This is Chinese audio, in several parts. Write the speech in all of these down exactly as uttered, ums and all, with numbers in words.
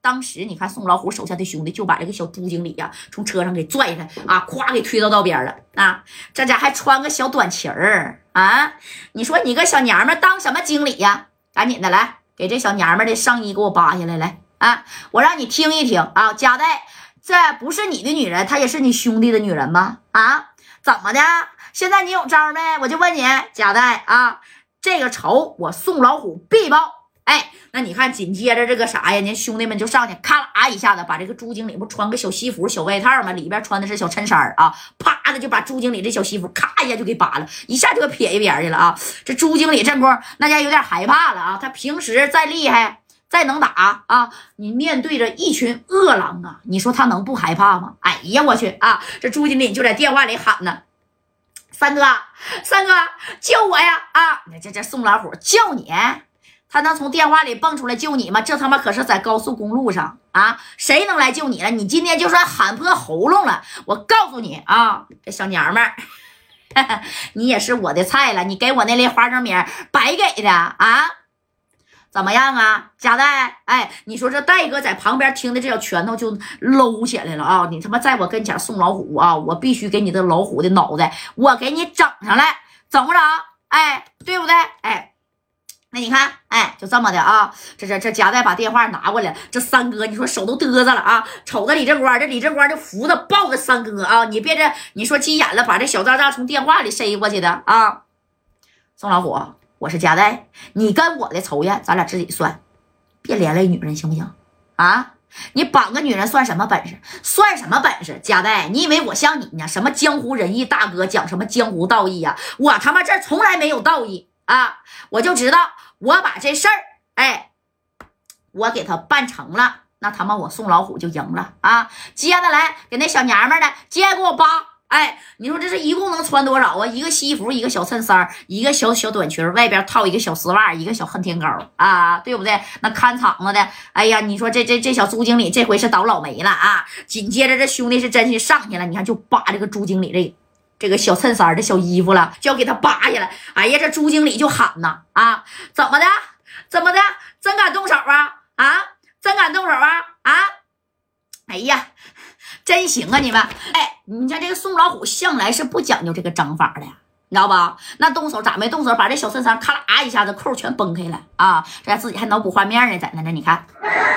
当时你看宋老虎手下的兄弟就把这个小朱经理呀、啊、从车上给拽下来啊，咵给推到道边了啊！这家还穿个小短裙儿啊！你说你个小娘们当什么经理呀？赶紧的来，给这小娘们的上衣给我扒下来，来啊！我让你听一听啊，贾代，这不是你的女人，她也是你兄弟的女人吗？啊，怎么的？现在你有招没？我就问你，贾代啊，这个仇我宋老虎必报。哎，那你看，紧接着这个啥呀？您兄弟们就上去，咔啦一下子把这个朱经理不穿个小西服、小外套嘛，里边穿的是小衬衫啊，啪的就把朱经理这小西服咔一下就给扒了，一下就给撇一边去了啊！这朱经理这功那家有点害怕了啊！他平时再厉害、再能打啊，你面对着一群恶狼啊，你说他能不害怕吗？哎呀，我去啊！这朱经理就在电话里喊呢。三哥，三哥，救我呀！啊，这这宋老虎救你，他能从电话里蹦出来救你吗？这他妈可是在高速公路上啊，谁能来救你了？你今天就算喊破喉咙了，我告诉你啊，这小娘们儿，你也是我的菜了，你给我那粒花生米白给的啊？怎么样啊，贾代？哎，你说这戴哥在旁边听的这小拳头就搂起来了啊！你他妈在我跟前宋老虎啊，我必须给你的老虎的脑袋，我给你整上来，整不整？哎，对不对？哎，那你看，哎，就这么的啊！这这这贾代把电话拿过来，这三哥你说手都嘚瑟了啊！瞅着李正光，这李正光就扶着抱着三哥啊！你别这，你说急眼了，把这小渣渣从电话里塞过去的啊！宋老虎。我是贾代，你跟我的仇怨咱俩自己算，别连累女人行不行啊？你绑个女人算什么本事？算什么本事？贾代，你以为我像你呢？什么江湖仁义大哥讲什么江湖道义呀、啊？我他妈这从来没有道义啊！我就知道我把这事儿，哎，我给他办成了，那他妈我宋老虎就赢了啊！接着来给那小娘们呢，接着给我扒。哎，你说这是一共能穿多少啊？一个西服，一个小衬衫，一个小小短裙，外边套一个小丝袜，一个小恨天高啊，对不对？那看场子的，哎呀，你说这这这小朱经理这回是倒老霉了啊！紧接着这兄弟是真是上去了，你看就扒这个朱经理这这个小衬衫的小衣服了，就要给他扒下来。哎呀，这朱经理就喊呐啊，怎么的？怎么的？真敢动手啊？啊，真敢动手啊？啊！哎呀！真行啊你们！哎，你看这个宋老虎向来是不讲究这个章法的，你知道吧？那动手咋没动手？把这小衬衫咔啦一下子扣全崩开了啊！这自己还脑补画面呢，在那呢，你看，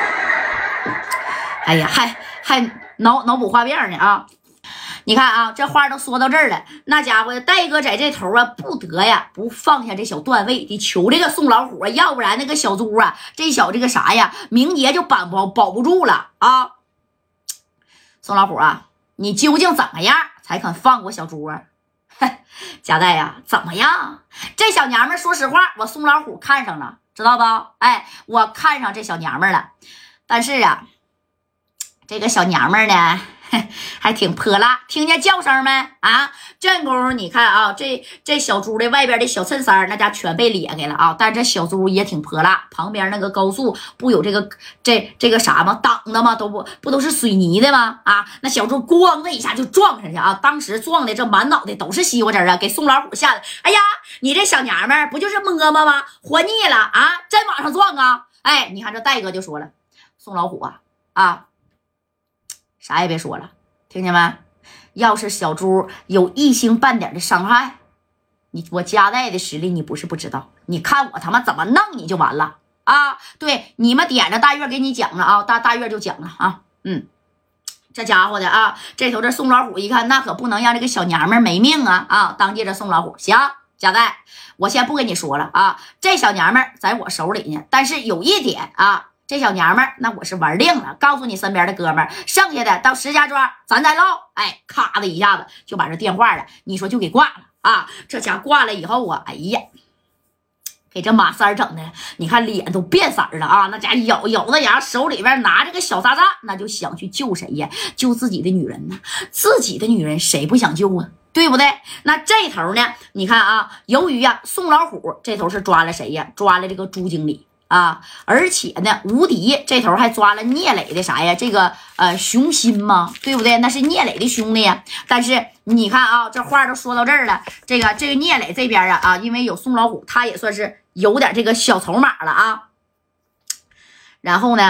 哎呀，还还脑脑补画面呢啊！你看啊，这话都说到这儿了，那家伙戴哥在这头啊，不得呀，不放下这小段位，得求这个宋老虎啊，要不然那个小猪啊，这小这个啥呀，名节就保保保不住了啊！宋老虎啊，你究竟怎么样才肯放过小猪啊？贾代呀，怎么样？这小娘们说实话，我宋老虎看上了，知道不？哎，我看上这小娘们了，但是啊，这个小娘们呢，还挺泼辣，听见叫声没啊？这功夫你看啊，这这小猪的外边的小衬衫那家全被裂开了啊！但这小猪也挺泼辣，旁边那个高速不有这个这这个啥吗？挡的吗？都不不都是水泥的吗？啊，那小猪咣的一下就撞上去啊！当时撞的这满脑袋都是西瓜汁啊，给宋老虎吓得，哎呀，你这小娘们不就是摸摸吗？活腻了啊！真往上撞啊！哎，你看这戴哥就说了，宋老虎啊啊，啥也别说了，听见没？要是小猪有一星半点的伤害，你我家代的实力你不是不知道，你看我他妈怎么弄你就完了啊！对，你们点着大月给你讲了啊，大大月就讲了啊，嗯，这家伙的啊，这头这宋老虎一看，那可不能让这个小娘们没命啊啊！当借着宋老虎，行，贾代，我先不跟你说了啊，这小娘们在我手里呢，但是有一点啊。这小娘们儿，那我是玩定了。告诉你身边的哥们儿，剩下的到石家庄咱再唠。哎，咔的一下子就把这电话了，你说就给挂了啊！这家挂了以后啊，哎呀，给这马三整的，你看脸都变色了啊！那家咬咬着牙，手里边拿着个小炸弹，那就想去救谁呀？救自己的女人呢？自己的女人谁不想救啊？对不对？那这头呢？你看啊，由于呀，宋老虎这头是抓了谁呀？抓了这个朱经理。啊，而且呢，无敌这头还抓了聂磊的啥呀？这个呃熊心嘛，对不对？那是聂磊的兄弟呀。但是你看啊，这话都说到这儿了，这个这个聂磊这边啊啊，因为有宋老虎，他也算是有点这个小筹码了啊。然后呢，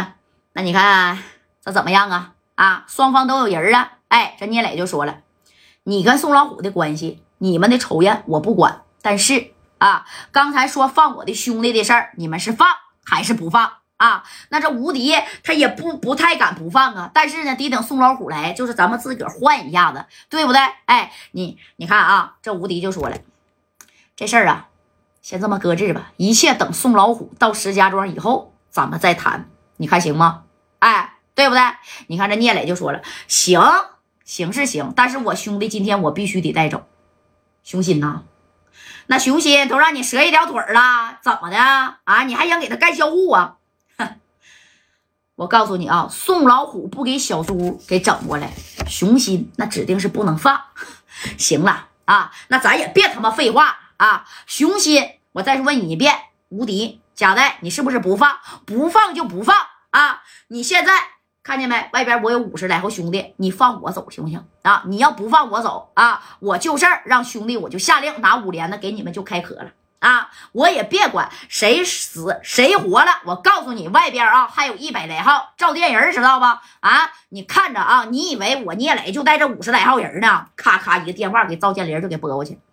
那你看这怎么样啊？啊，双方都有人啊。哎，这聂磊就说了，你跟宋老虎的关系，你们的仇怨我不管，但是啊，刚才说放我的兄弟的事儿，你们是放还是不放啊？那这无敌他也不不太敢不放啊，但是呢，得等宋老虎来，就是咱们自个儿换一下子，对不对？哎，你你看啊，这无敌就说了，这事儿啊，先这么搁置吧，一切等宋老虎到石家庄以后，咱们再谈，你看行吗？哎，对不对？你看这聂磊就说了，行行是行，但是我兄弟今天我必须得带走。熊心呐，那熊心都让你折一条腿了，怎么的啊？你还想给他干销户啊？哼！我告诉你啊，宋老虎不给小猪给整过来，熊心那指定是不能放。行了啊，那咱也别他妈废话啊！熊心，我再问你一遍，无敌贾代，你是不是不放？不放就不放啊！你现在看见没？外边我有五十来号兄弟，你放我走行不行啊？你要不放我走啊，我就事儿让兄弟我就下令拿五连的给你们就开壳了啊！我也别管谁死谁活了，我告诉你，外边啊还有一百来号赵店人，知道吧？啊，你看着啊，你以为我聂磊就带这五十来号人呢？咔咔一个电话给赵建林就给拨过去。